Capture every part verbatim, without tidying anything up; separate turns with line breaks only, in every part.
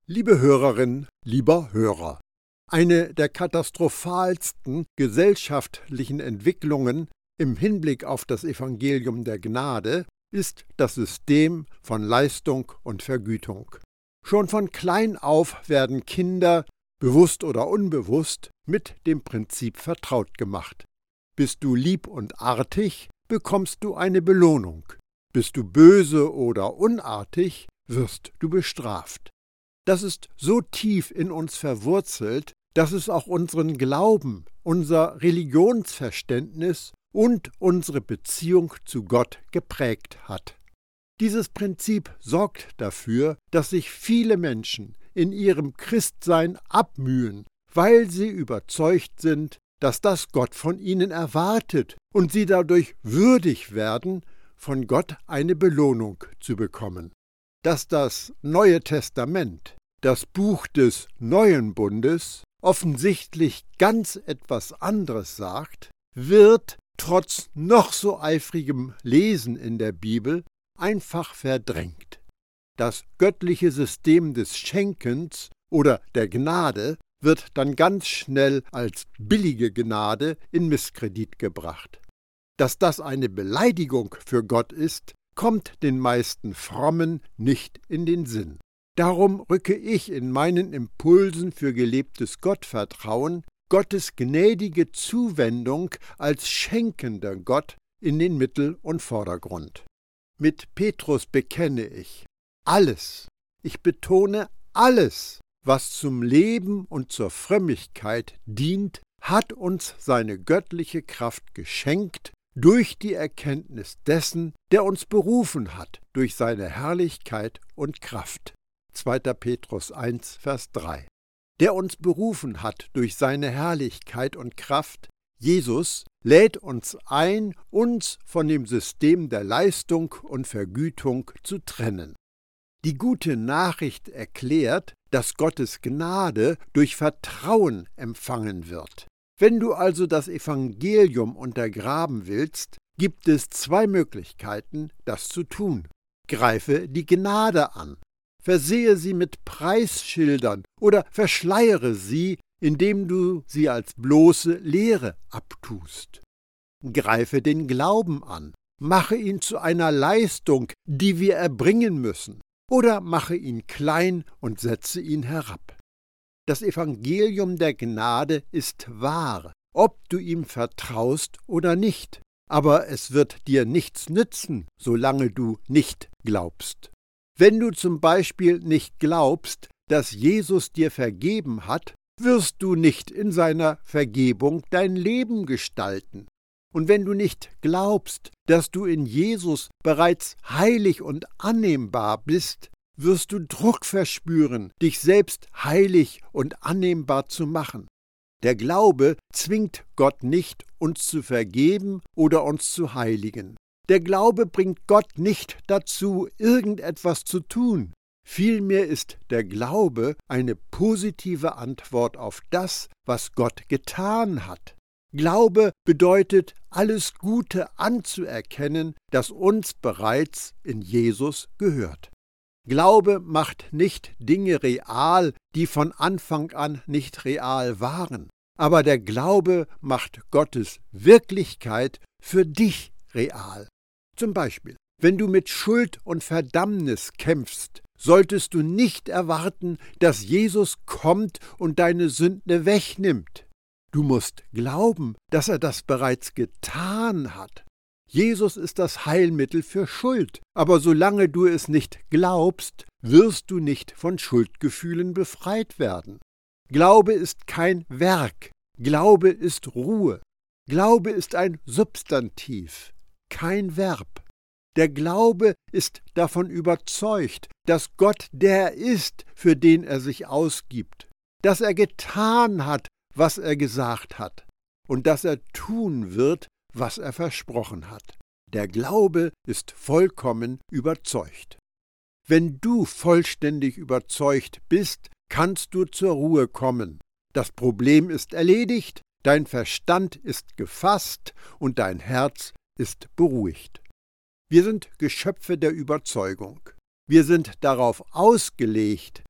Liebe Hörerin, lieber Hörer, eine der katastrophalsten gesellschaftlichen Entwicklungen im Hinblick auf das Evangelium der Gnade ist das System von Leistung und Vergütung. Schon von klein auf werden Kinder, bewusst oder unbewusst, mit dem Prinzip vertraut gemacht. Bist du lieb und artig, bekommst du eine Belohnung. Bist du böse oder unartig, wirst du bestraft. Das ist so tief in uns verwurzelt, dass es auch unseren Glauben, unser Religionsverständnis und unsere Beziehung zu Gott geprägt hat. Dieses Prinzip sorgt dafür, dass sich viele Menschen in ihrem Christsein abmühen, weil sie überzeugt sind, dass das Gott von ihnen erwartet und sie dadurch würdig werden, von Gott eine Belohnung zu bekommen. Dass das Neue Testament, das Buch des Neuen Bundes, offensichtlich ganz etwas anderes sagt, wird trotz noch so eifrigem Lesen in der Bibel einfach verdrängt. Das göttliche System des Schenkens oder der Gnade wird dann ganz schnell als billige Gnade in Misskredit gebracht. Dass das eine Beleidigung für Gott ist, kommt den meisten Frommen nicht in den Sinn. Darum rücke ich in meinen Impulsen für gelebtes Gottvertrauen Gottes gnädige Zuwendung als schenkender Gott in den Mittel- und Vordergrund. Mit Petrus bekenne ich, alles, ich betone alles, was zum Leben und zur Frömmigkeit dient, hat uns seine göttliche Kraft geschenkt, durch die Erkenntnis dessen, der uns berufen hat, durch seine Herrlichkeit und Kraft. zweiter Petrus eins, Vers drei. Der uns berufen hat durch seine Herrlichkeit und Kraft, Jesus, lädt uns ein, uns von dem System der Leistung und Vergütung zu trennen. Die gute Nachricht erklärt, dass Gottes Gnade durch Vertrauen empfangen wird. Wenn du also das Evangelium untergraben willst, gibt es zwei Möglichkeiten, das zu tun. Greife die Gnade an, versehe sie mit Preisschildern oder verschleiere sie, indem du sie als bloße Lehre abtust. Greife den Glauben an, mache ihn zu einer Leistung, die wir erbringen müssen, oder mache ihn klein und setze ihn herab. Das Evangelium der Gnade ist wahr, ob du ihm vertraust oder nicht, aber es wird dir nichts nützen, solange du nicht glaubst. Wenn du zum Beispiel nicht glaubst, dass Jesus dir vergeben hat, wirst du nicht in seiner Vergebung dein Leben gestalten. Und wenn du nicht glaubst, dass du in Jesus bereits heilig und annehmbar bist, wirst du Druck verspüren, dich selbst heilig und annehmbar zu machen. Der Glaube zwingt Gott nicht, uns zu vergeben oder uns zu heiligen. Der Glaube bringt Gott nicht dazu, irgendetwas zu tun. Vielmehr ist der Glaube eine positive Antwort auf das, was Gott getan hat. Glaube bedeutet, alles Gute anzuerkennen, das uns bereits in Jesus gehört. Glaube macht nicht Dinge real, die von Anfang an nicht real waren. Aber der Glaube macht Gottes Wirklichkeit für dich real. Zum Beispiel, wenn du mit Schuld und Verdammnis kämpfst, solltest du nicht erwarten, dass Jesus kommt und deine Sünde wegnimmt. Du musst glauben, dass er das bereits getan hat. Jesus ist das Heilmittel für Schuld, aber solange du es nicht glaubst, wirst du nicht von Schuldgefühlen befreit werden. Glaube ist kein Werk, Glaube ist Ruhe. Glaube ist ein Substantiv, kein Verb. Der Glaube ist davon überzeugt, dass Gott der ist, für den er sich ausgibt, dass er getan hat, was er gesagt hat, und dass er tun wird, was er versprochen hat. Der Glaube ist vollkommen überzeugt. Wenn du vollständig überzeugt bist, kannst du zur Ruhe kommen. Das Problem ist erledigt, dein Verstand ist gefasst und dein Herz ist beruhigt. Wir sind Geschöpfe der Überzeugung. Wir sind darauf ausgelegt,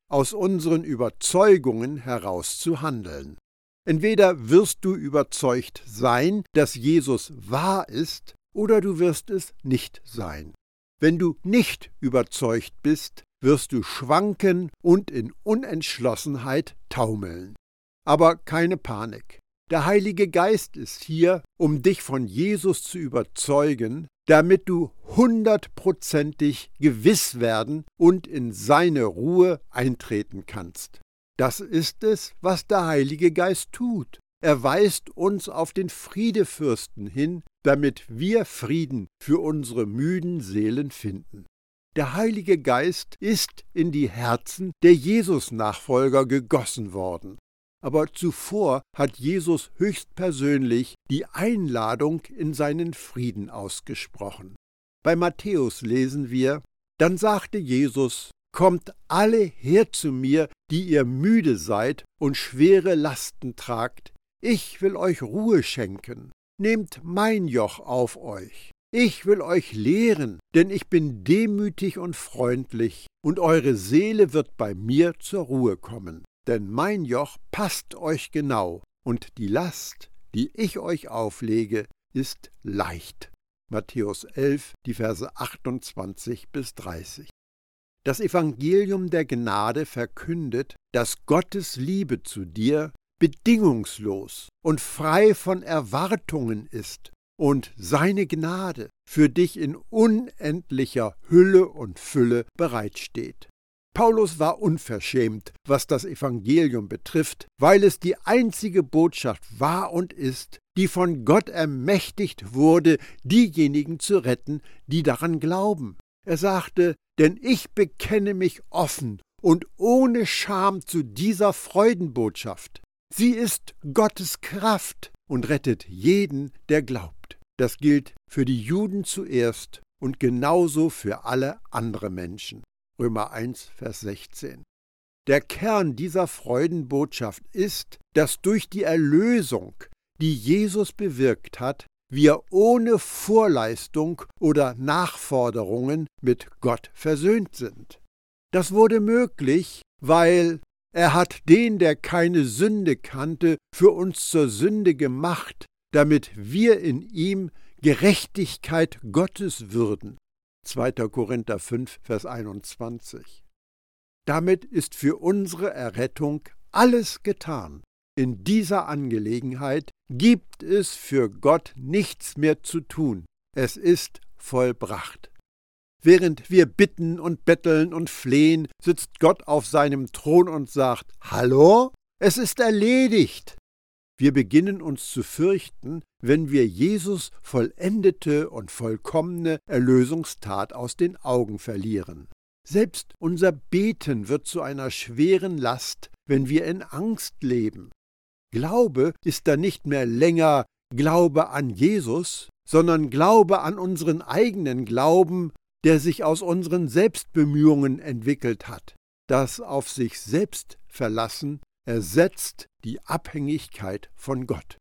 aus unseren Überzeugungen heraus zu handeln. Entweder wirst du überzeugt sein, dass Jesus wahr ist, oder du wirst es nicht sein. Wenn du nicht überzeugt bist, wirst du schwanken und in Unentschlossenheit taumeln. Aber keine Panik. Der Heilige Geist ist hier, um dich von Jesus zu überzeugen, damit du hundertprozentig gewiss werden und in seine Ruhe eintreten kannst. Das ist es, was der Heilige Geist tut. Er weist uns auf den Friedefürsten hin, damit wir Frieden für unsere müden Seelen finden. Der Heilige Geist ist in die Herzen der Jesus-Nachfolger gegossen worden. Aber zuvor hat Jesus höchstpersönlich die Einladung in seinen Frieden ausgesprochen. Bei Matthäus lesen wir: Dann sagte Jesus: Kommt alle her zu mir, die ihr müde seid und schwere Lasten tragt. Ich will euch Ruhe schenken. Nehmt mein Joch auf euch. Ich will euch lehren, denn ich bin demütig und freundlich, und eure Seele wird bei mir zur Ruhe kommen. Denn mein Joch passt euch genau, und die Last, die ich euch auflege, ist leicht. Matthäus elf, die Verse achtundzwanzig bis dreißig. Das Evangelium der Gnade verkündet, dass Gottes Liebe zu dir bedingungslos und frei von Erwartungen ist und seine Gnade für dich in unendlicher Hülle und Fülle bereitsteht. Paulus war unverschämt, was das Evangelium betrifft, weil es die einzige Botschaft war und ist, die von Gott ermächtigt wurde, diejenigen zu retten, die daran glauben. Er sagte: Denn ich bekenne mich offen und ohne Scham zu dieser Freudenbotschaft. Sie ist Gottes Kraft und rettet jeden, der glaubt. Das gilt für die Juden zuerst und genauso für alle andere Menschen. Römer eins, Vers sechzehn. Der Kern dieser Freudenbotschaft ist, dass durch die Erlösung, die Jesus bewirkt hat, wir ohne Vorleistung oder Nachforderungen mit Gott versöhnt sind. Das wurde möglich, weil er hat den, der keine Sünde kannte, für uns zur Sünde gemacht, damit wir in ihm Gerechtigkeit Gottes würden. zweiter Korinther fünf, Vers einundzwanzig. Damit ist für unsere Errettung alles getan. In dieser Angelegenheit gibt es für Gott nichts mehr zu tun. Es ist vollbracht. Während wir bitten und betteln und flehen, sitzt Gott auf seinem Thron und sagt: Hallo, es ist erledigt. Wir beginnen uns zu fürchten, wenn wir Jesus vollendete und vollkommene Erlösungstat aus den Augen verlieren. Selbst unser Beten wird zu einer schweren Last, wenn wir in Angst leben. Glaube ist da nicht mehr länger Glaube an Jesus, sondern Glaube an unseren eigenen Glauben, der sich aus unseren Selbstbemühungen entwickelt hat. Das auf sich selbst verlassen ersetzt die Abhängigkeit von Gott.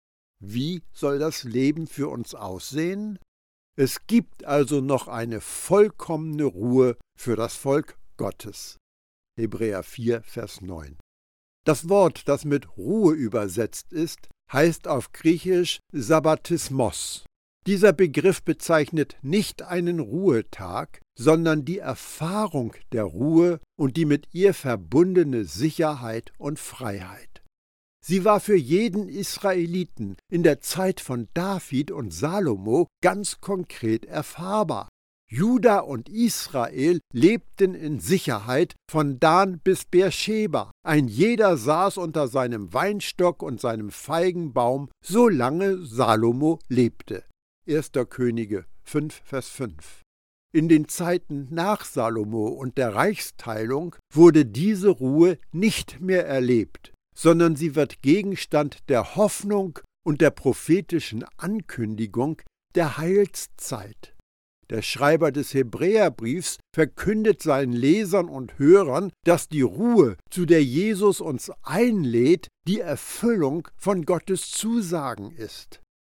Wie soll das Leben für uns aussehen? Es gibt also noch eine vollkommene Ruhe für das Volk Gottes. Hebräer vier, Vers neun. Das Wort, das mit Ruhe übersetzt ist, heißt auf Griechisch Sabbatismos. Dieser Begriff bezeichnet nicht einen Ruhetag, sondern die Erfahrung der Ruhe und die mit ihr verbundene Sicherheit und Freiheit. Sie war für jeden Israeliten in der Zeit von David und Salomo ganz konkret erfahrbar. Juda und Israel lebten in Sicherheit von Dan bis Beersheba. Ein jeder saß unter seinem Weinstock und seinem Feigenbaum, solange Salomo lebte. erster Könige fünf, Vers fünf. In den Zeiten nach Salomo und der Reichsteilung wurde diese Ruhe nicht mehr erlebt, sondern sie wird Gegenstand der Hoffnung und der prophetischen Ankündigung der Heilszeit. Der Schreiber des Hebräerbriefs verkündet seinen Lesern und Hörern, dass die Ruhe, zu der Jesus uns einlädt, die Erfüllung von Gottes Zusagen ist.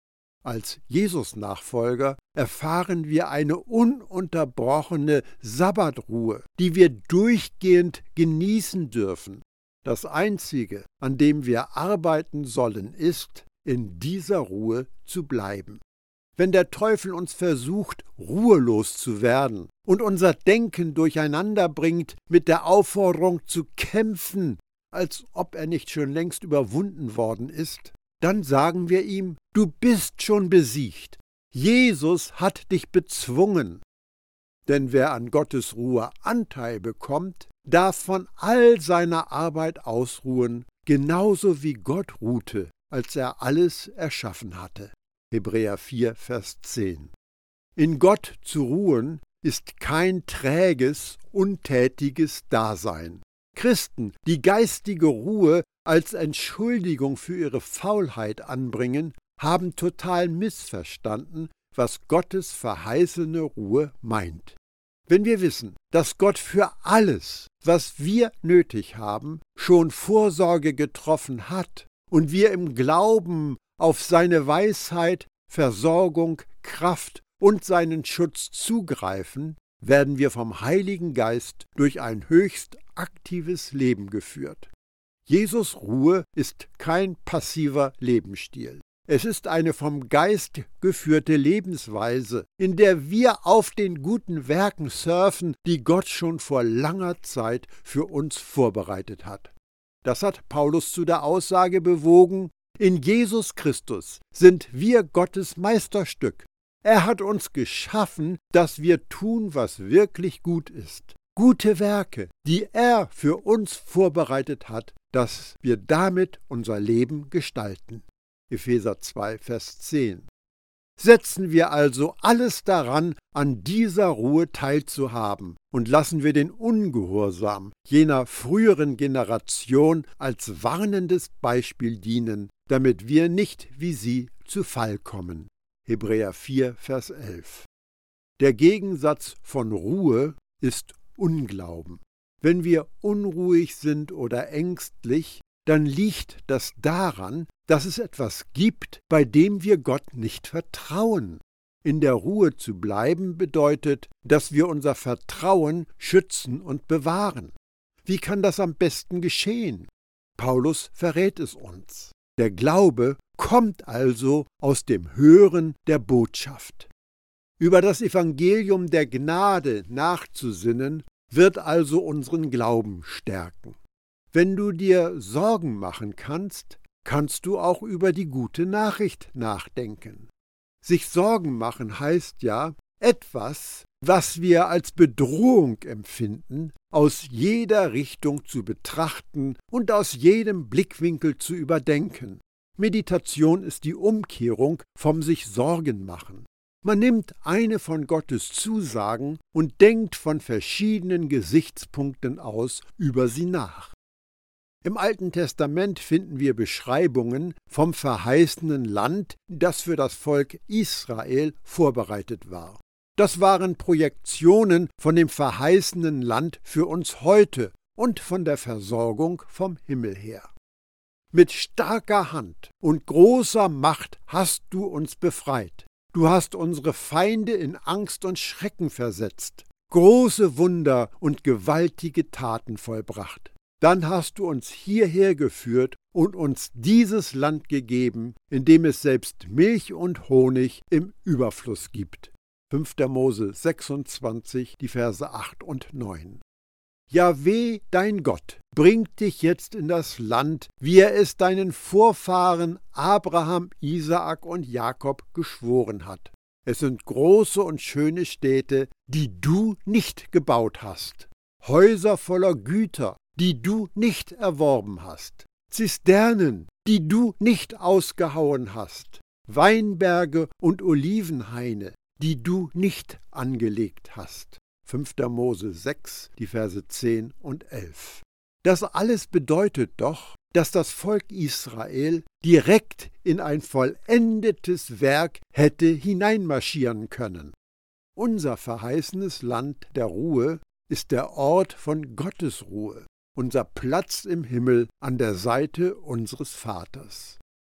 Als Jesus-Nachfolger erfahren wir eine ununterbrochene Sabbatruhe, die wir durchgehend genießen dürfen. Das Einzige, an dem wir arbeiten sollen, ist, in dieser Ruhe zu bleiben. Wenn der Teufel uns versucht, ruhelos zu werden und unser Denken durcheinander bringt mit der Aufforderung zu kämpfen, als ob er nicht schon längst überwunden worden ist, dann sagen wir ihm, du bist schon besiegt. Jesus hat dich bezwungen. Denn wer an Gottes Ruhe Anteil bekommt, darf von all seiner Arbeit ausruhen, genauso wie Gott ruhte, als er alles erschaffen hatte. Hebräer vier, Vers zehn. In Gott zu ruhen ist kein träges, untätiges Dasein. Christen, die geistige Ruhe als Entschuldigung für ihre Faulheit anbringen, haben total missverstanden, was Gottes verheißene Ruhe meint. Wenn wir wissen, dass Gott für alles, was wir nötig haben, schon Vorsorge getroffen hat und wir im Glauben auf seine Weisheit, Versorgung, Kraft und seinen Schutz zugreifen, werden wir vom Heiligen Geist durch ein höchst aktives Leben geführt. Jesus' Ruhe ist kein passiver Lebensstil. Es ist eine vom Geist geführte Lebensweise, in der wir auf den guten Werken surfen, die Gott schon vor langer Zeit für uns vorbereitet hat. Das hat Paulus zu der Aussage bewogen: In Jesus Christus sind wir Gottes Meisterstück. Er hat uns geschaffen, dass wir tun, was wirklich gut ist. Gute Werke, die er für uns vorbereitet hat, dass wir damit unser Leben gestalten. Epheser zwei, Vers zehn. Setzen wir also alles daran, an dieser Ruhe teilzuhaben, und lassen wir den Ungehorsam jener früheren Generation als warnendes Beispiel dienen, damit wir nicht wie sie zu Fall kommen. Hebräer vier, Vers elf. Der Gegensatz von Ruhe ist Unglauben. Wenn wir unruhig sind oder ängstlich, dann liegt das daran, dass es etwas gibt, bei dem wir Gott nicht vertrauen. In der Ruhe zu bleiben bedeutet, dass wir unser Vertrauen schützen und bewahren. Wie kann das am besten geschehen? Paulus verrät es uns. Der Glaube kommt also aus dem Hören der Botschaft. Über das Evangelium der Gnade nachzusinnen, wird also unseren Glauben stärken. Wenn du dir Sorgen machen kannst, kannst du auch über die gute Nachricht nachdenken. Sich Sorgen machen heißt ja, etwas, was wir als Bedrohung empfinden, aus jeder Richtung zu betrachten und aus jedem Blickwinkel zu überdenken. Meditation ist die Umkehrung vom sich Sorgen machen. Man nimmt eine von Gottes Zusagen und denkt von verschiedenen Gesichtspunkten aus über sie nach. Im Alten Testament finden wir Beschreibungen vom verheißenen Land, das für das Volk Israel vorbereitet war. Das waren Projektionen von dem verheißenen Land für uns heute und von der Versorgung vom Himmel her. Mit starker Hand und großer Macht hast du uns befreit. Du hast unsere Feinde in Angst und Schrecken versetzt, große Wunder und gewaltige Taten vollbracht. Dann hast du uns hierher geführt und uns dieses Land gegeben, in dem es selbst Milch und Honig im Überfluss gibt. fünfter Mose sechsundzwanzig, die Verse acht und neun. Jahwe, dein Gott, bringt dich jetzt in das Land, wie er es deinen Vorfahren Abraham, Isaak und Jakob geschworen hat. Es sind große und schöne Städte, die du nicht gebaut hast, Häuser voller Güter, die du nicht erworben hast, Zisternen, die du nicht ausgehauen hast, Weinberge und Olivenhaine, die du nicht angelegt hast. fünfter Mose sechs, die Verse zehn und elf. Das alles bedeutet doch, dass das Volk Israel direkt in ein vollendetes Werk hätte hineinmarschieren können. Unser verheißenes Land der Ruhe ist der Ort von Gottes Ruhe, unser Platz im Himmel an der Seite unseres Vaters.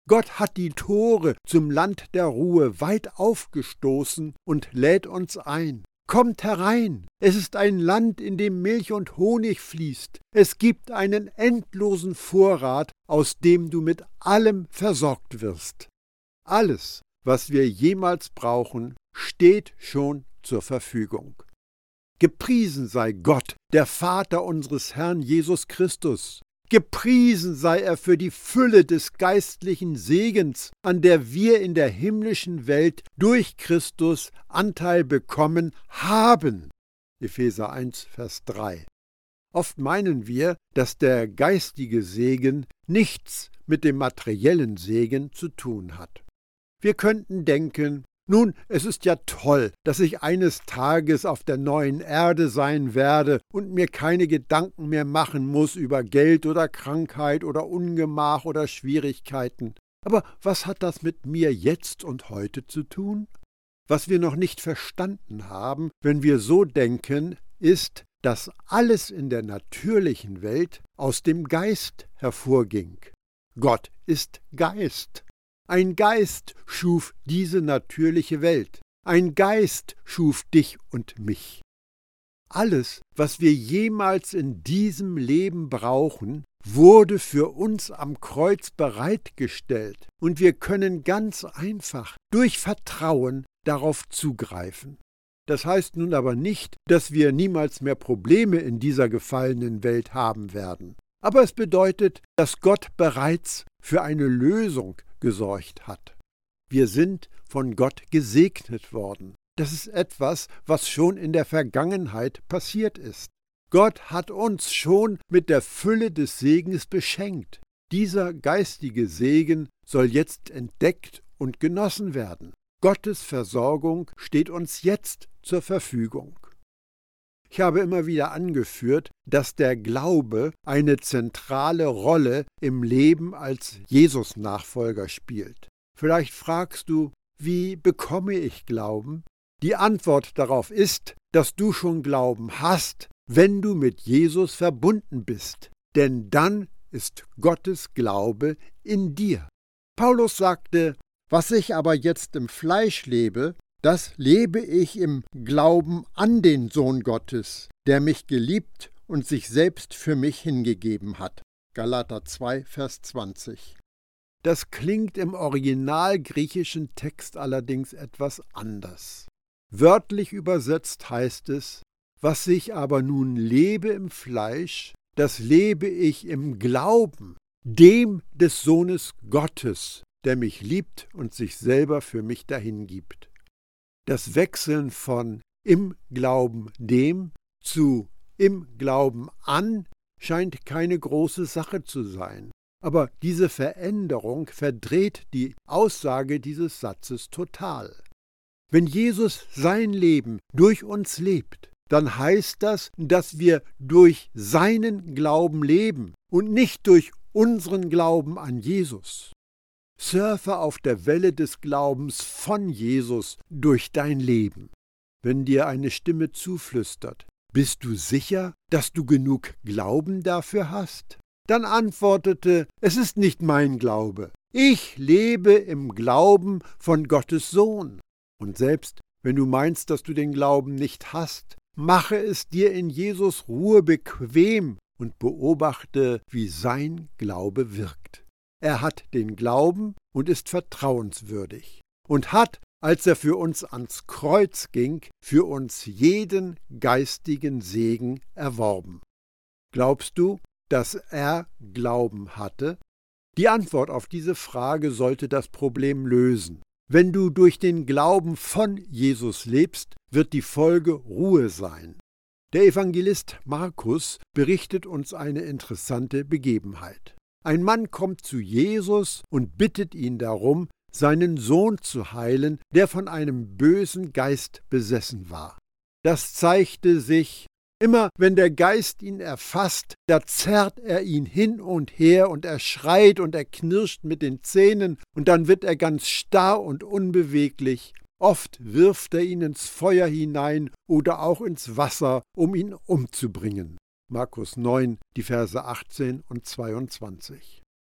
Gott hat die Tore zum Land der Ruhe weit aufgestoßen und lädt uns ein. Kommt herein! Es ist ein Land, in dem Milch und Honig fließt. Es gibt einen endlosen Vorrat, aus dem du mit allem versorgt wirst. Alles, was wir jemals brauchen, steht schon zur Verfügung. Gepriesen sei Gott, der Vater unseres Herrn Jesus Christus. Gepriesen sei er für die Fülle des geistlichen Segens, an der wir in der himmlischen Welt durch Christus Anteil bekommen haben. Epheser eins, Vers drei. Oft meinen wir, dass der geistige Segen nichts mit dem materiellen Segen zu tun hat. Wir könnten denken, nun, es ist ja toll, dass ich eines Tages auf der neuen Erde sein werde und mir keine Gedanken mehr machen muss über Geld oder Krankheit oder Ungemach oder Schwierigkeiten. Aber was hat das mit mir jetzt und heute zu tun? Was wir noch nicht verstanden haben, wenn wir so denken, ist, dass alles in der natürlichen Welt aus dem Geist hervorging. Gott ist Geist. Ein Geist schuf diese natürliche Welt. Ein Geist schuf dich und mich. Alles, was wir jemals in diesem Leben brauchen, wurde für uns am Kreuz bereitgestellt und wir können ganz einfach durch Vertrauen darauf zugreifen. Das heißt nun aber nicht, dass wir niemals mehr Probleme in dieser gefallenen Welt haben werden. Aber es bedeutet, dass Gott bereits für eine Lösung gesorgt hat. Wir sind von Gott gesegnet worden. Das ist etwas, was schon in der Vergangenheit passiert ist. Gott hat uns schon mit der Fülle des Segens beschenkt. Dieser geistige Segen soll jetzt entdeckt und genossen werden. Gottes Versorgung steht uns jetzt zur Verfügung. Ich habe immer wieder angeführt, dass der Glaube eine zentrale Rolle im Leben als Jesus-Nachfolger spielt. Vielleicht fragst du, wie bekomme ich Glauben? Die Antwort darauf ist, dass du schon Glauben hast, wenn du mit Jesus verbunden bist. Denn dann ist Gottes Glaube in dir. Paulus sagte, was ich aber jetzt im Fleisch lebe, das lebe ich im Glauben an den Sohn Gottes, der mich geliebt und sich selbst für mich hingegeben hat. Galater zwei, Vers zwanzig. Das klingt im originalgriechischen Text allerdings etwas anders. Wörtlich übersetzt heißt es, was ich aber nun lebe im Fleisch, das lebe ich im Glauben, dem des Sohnes Gottes, der mich liebt und sich selber für mich dahingibt. Das Wechseln von im Glauben dem zu im Glauben an scheint keine große Sache zu sein. Aber diese Veränderung verdreht die Aussage dieses Satzes total. Wenn Jesus sein Leben durch uns lebt, dann heißt das, dass wir durch seinen Glauben leben und nicht durch unseren Glauben an Jesus. Surfe auf der Welle des Glaubens von Jesus durch dein Leben. Wenn dir eine Stimme zuflüstert, bist du sicher, dass du genug Glauben dafür hast? Dann antwortete, es ist nicht mein Glaube. Ich lebe im Glauben von Gottes Sohn. Und selbst wenn du meinst, dass du den Glauben nicht hast, mache es dir in Jesus Ruhe bequem und beobachte, wie sein Glaube wirkt. Er hat den Glauben und ist vertrauenswürdig und hat, als er für uns ans Kreuz ging, für uns jeden geistigen Segen erworben. Glaubst du, dass er Glauben hatte? Die Antwort auf diese Frage sollte das Problem lösen. Wenn du durch den Glauben von Jesus lebst, wird die Folge Ruhe sein. Der Evangelist Markus berichtet uns eine interessante Begebenheit. Ein Mann kommt zu Jesus und bittet ihn darum, seinen Sohn zu heilen, der von einem bösen Geist besessen war. Das zeigte sich, immer wenn der Geist ihn erfasst, da zerrt er ihn hin und her und er schreit und er knirscht mit den Zähnen und dann wird er ganz starr und unbeweglich. Oft wirft er ihn ins Feuer hinein oder auch ins Wasser, um ihn umzubringen. Markus neun, die Verse achtzehn und zweiundzwanzig.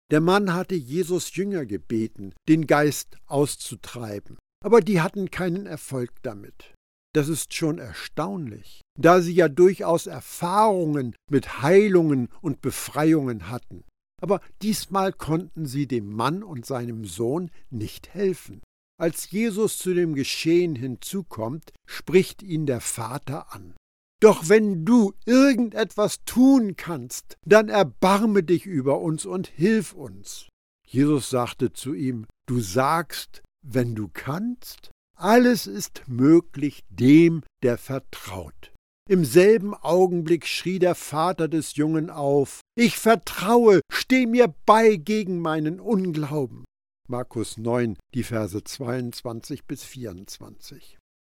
Der Mann hatte Jesus Jünger gebeten, den Geist auszutreiben, aber die hatten keinen Erfolg damit. Das ist schon erstaunlich, da sie ja durchaus Erfahrungen mit Heilungen und Befreiungen hatten. Aber diesmal konnten sie dem Mann und seinem Sohn nicht helfen. Als Jesus zu dem Geschehen hinzukommt, spricht ihn der Vater an. Doch wenn du irgendetwas tun kannst, dann erbarme dich über uns und hilf uns. Jesus sagte zu ihm, du sagst, wenn du kannst? Alles ist möglich dem, der vertraut. Im selben Augenblick schrie der Vater des Jungen auf, ich vertraue, steh mir bei gegen meinen Unglauben. Markus neun, die Verse zweiundzwanzig bis vierundzwanzig.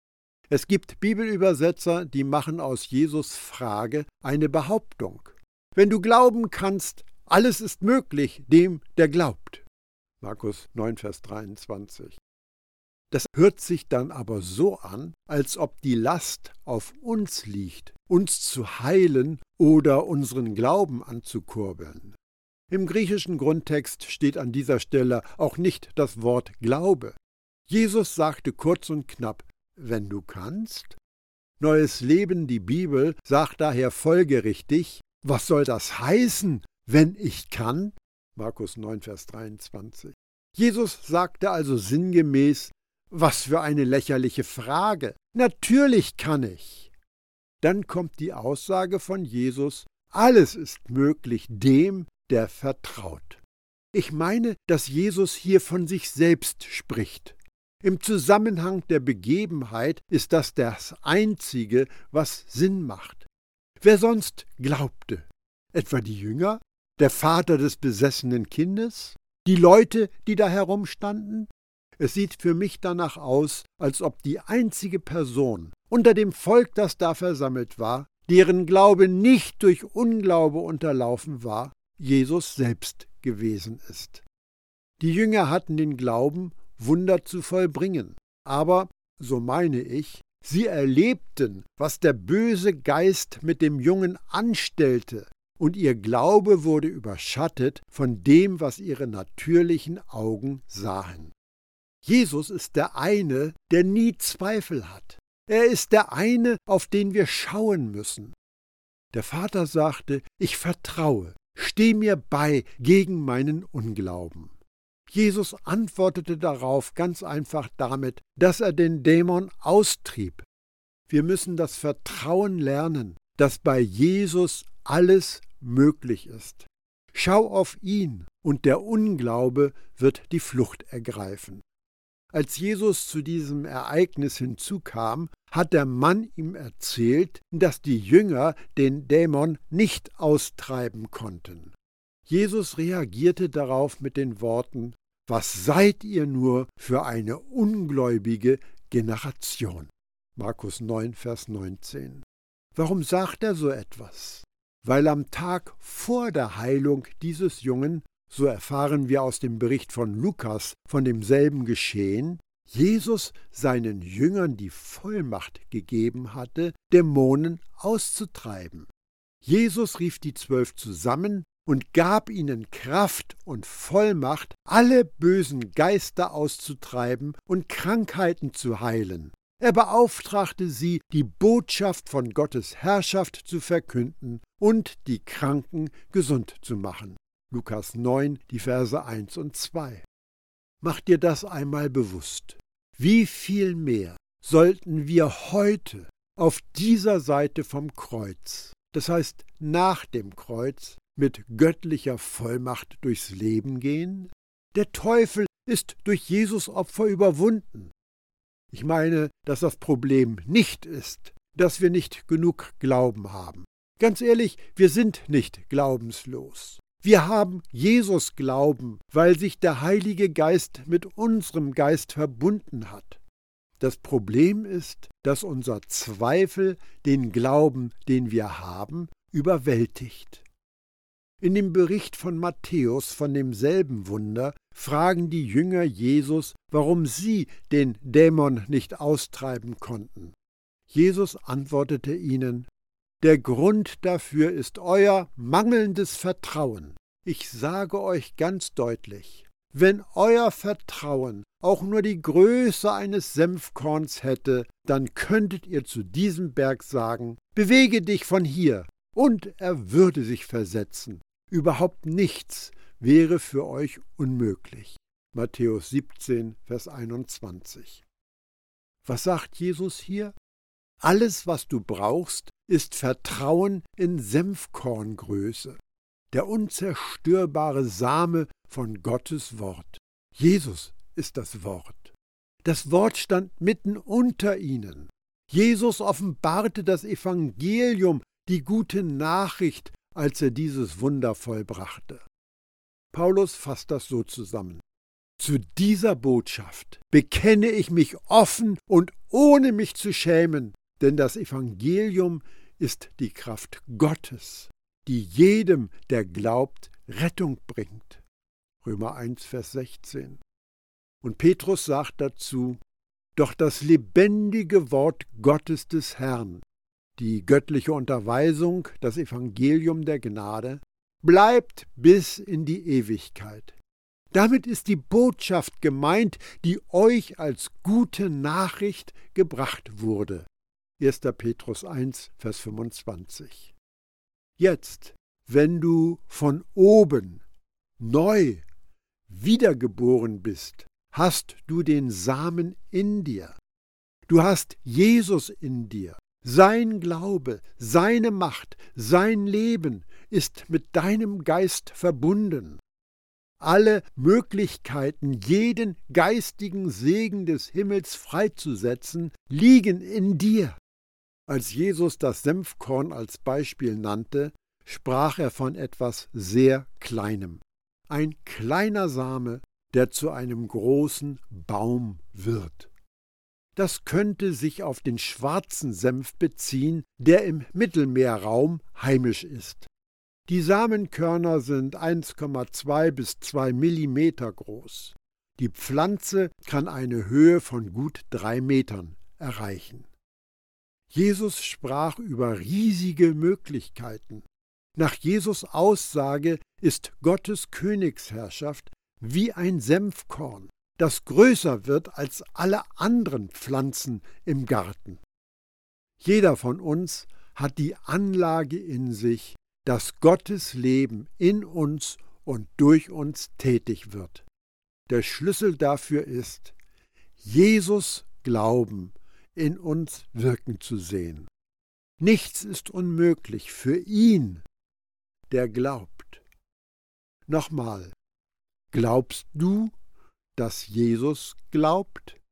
Es gibt Bibelübersetzer, die machen aus Jesus' Frage eine Behauptung. Wenn du glauben kannst, alles ist möglich dem, der glaubt. Markus neun, Vers dreiundzwanzig. Das hört sich dann aber so an, als ob die Last auf uns liegt, uns zu heilen oder unseren Glauben anzukurbeln. Im griechischen Grundtext steht an dieser Stelle auch nicht das Wort Glaube. Jesus sagte kurz und knapp, wenn du kannst. Neues Leben, die Bibel, sagt daher folgerichtig, was soll das heißen, wenn ich kann? Markus neun, Vers dreiundzwanzig. Jesus sagte also sinngemäß, was für eine lächerliche Frage. Natürlich kann ich. Dann kommt die Aussage von Jesus, alles ist möglich dem, der vertraut. Ich meine, dass Jesus hier von sich selbst spricht. Im Zusammenhang der Begebenheit ist das das Einzige, was Sinn macht. Wer sonst glaubte? Etwa die Jünger? Der Vater des besessenen Kindes? Die Leute, die da herumstanden? Es sieht für mich danach aus, als ob die einzige Person unter dem Volk, das da versammelt war, deren Glaube nicht durch Unglaube unterlaufen war, Jesus selbst gewesen ist. Die Jünger hatten den Glauben, Wunder zu vollbringen, aber, so meine ich, sie erlebten, was der böse Geist mit dem Jungen anstellte, und ihr Glaube wurde überschattet von dem, was ihre natürlichen Augen sahen. Jesus ist der eine, der nie Zweifel hat. Er ist der eine, auf den wir schauen müssen. Der Vater sagte, ich vertraue, steh mir bei gegen meinen Unglauben. Jesus antwortete darauf ganz einfach damit, dass er den Dämon austrieb. Wir müssen das Vertrauen lernen, dass bei Jesus alles möglich ist. Schau auf ihn, und der Unglaube wird die Flucht ergreifen. Als Jesus zu diesem Ereignis hinzukam, hat der Mann ihm erzählt, dass die Jünger den Dämon nicht austreiben konnten. Jesus reagierte darauf mit den Worten, was seid ihr nur für eine ungläubige Generation? Markus neun, Vers neunzehn. Warum sagt er so etwas? Weil am Tag vor der Heilung dieses Jungen, so erfahren wir aus dem Bericht von Lukas von demselben Geschehen, Jesus seinen Jüngern die Vollmacht gegeben hatte, Dämonen auszutreiben. Jesus rief die Zwölf zusammen und gab ihnen Kraft und Vollmacht, alle bösen Geister auszutreiben und Krankheiten zu heilen. Er beauftragte sie, die Botschaft von Gottes Herrschaft zu verkünden und die Kranken gesund zu machen. Lukas neun, die Verse eins und zwei. Mach dir das einmal bewusst. Wie viel mehr sollten wir heute auf dieser Seite vom Kreuz, das heißt nach dem Kreuz, mit göttlicher Vollmacht durchs Leben gehen? Der Teufel ist durch Jesus Opfer überwunden. Ich meine, dass das Problem nicht ist, dass wir nicht genug Glauben haben. Ganz ehrlich, wir sind nicht glaubenslos. Wir haben Jesus Glauben, weil sich der Heilige Geist mit unserem Geist verbunden hat. Das Problem ist, dass unser Zweifel den Glauben, den wir haben, überwältigt. In dem Bericht von Matthäus von demselben Wunder fragen die Jünger Jesus, warum sie den Dämon nicht austreiben konnten. Jesus antwortete ihnen, der Grund dafür ist euer mangelndes Vertrauen. Ich sage euch ganz deutlich, wenn euer Vertrauen auch nur die Größe eines Senfkorns hätte, dann könntet ihr zu diesem Berg sagen, bewege dich von hier, und er würde sich versetzen. Überhaupt nichts wäre für euch unmöglich. Matthäus siebzehn, Vers einundzwanzig. Was sagt Jesus hier? Alles, was du brauchst, ist Vertrauen in Senfkorngröße, der unzerstörbare Same von Gottes Wort. Jesus ist das Wort. Das Wort stand mitten unter ihnen. Jesus offenbarte das Evangelium, die gute Nachricht, als er dieses Wunder vollbrachte. Paulus fasst das so zusammen. Zu dieser Botschaft bekenne ich mich offen und ohne mich zu schämen, denn das Evangelium ist die Kraft Gottes, die jedem, der glaubt, Rettung bringt. Römer eins, Vers sechzehn. Und Petrus sagt dazu, doch das lebendige Wort Gottes des Herrn, die göttliche Unterweisung, das Evangelium der Gnade, bleibt bis in die Ewigkeit. Damit ist die Botschaft gemeint, die euch als gute Nachricht gebracht wurde. erster Petrus eins, Vers fünfundzwanzig. Jetzt, wenn du von oben neu wiedergeboren bist, hast du den Samen in dir. Du hast Jesus in dir. Sein Glaube, seine Macht, sein Leben ist mit deinem Geist verbunden. Alle Möglichkeiten, jeden geistigen Segen des Himmels freizusetzen, liegen in dir. Als Jesus das Senfkorn als Beispiel nannte, sprach er von etwas sehr Kleinem. Ein kleiner Same, der zu einem großen Baum wird. Das könnte sich auf den schwarzen Senf beziehen, der im Mittelmeerraum heimisch ist. Die Samenkörner sind eins Komma zwei bis zwei Millimeter groß. Die Pflanze kann eine Höhe von gut drei Metern erreichen. Jesus sprach über riesige Möglichkeiten. Nach Jesus Aussage ist Gottes Königsherrschaft wie ein Senfkorn, das größer wird als alle anderen Pflanzen im Garten. Jeder von uns hat die Anlage in sich, dass Gottes Leben in uns und durch uns tätig wird. Der Schlüssel dafür ist, Jesus Glauben in uns wirken zu sehen. Nichts ist unmöglich für ihn, der glaubt. Nochmal, glaubst du, dass Jesus glaubt?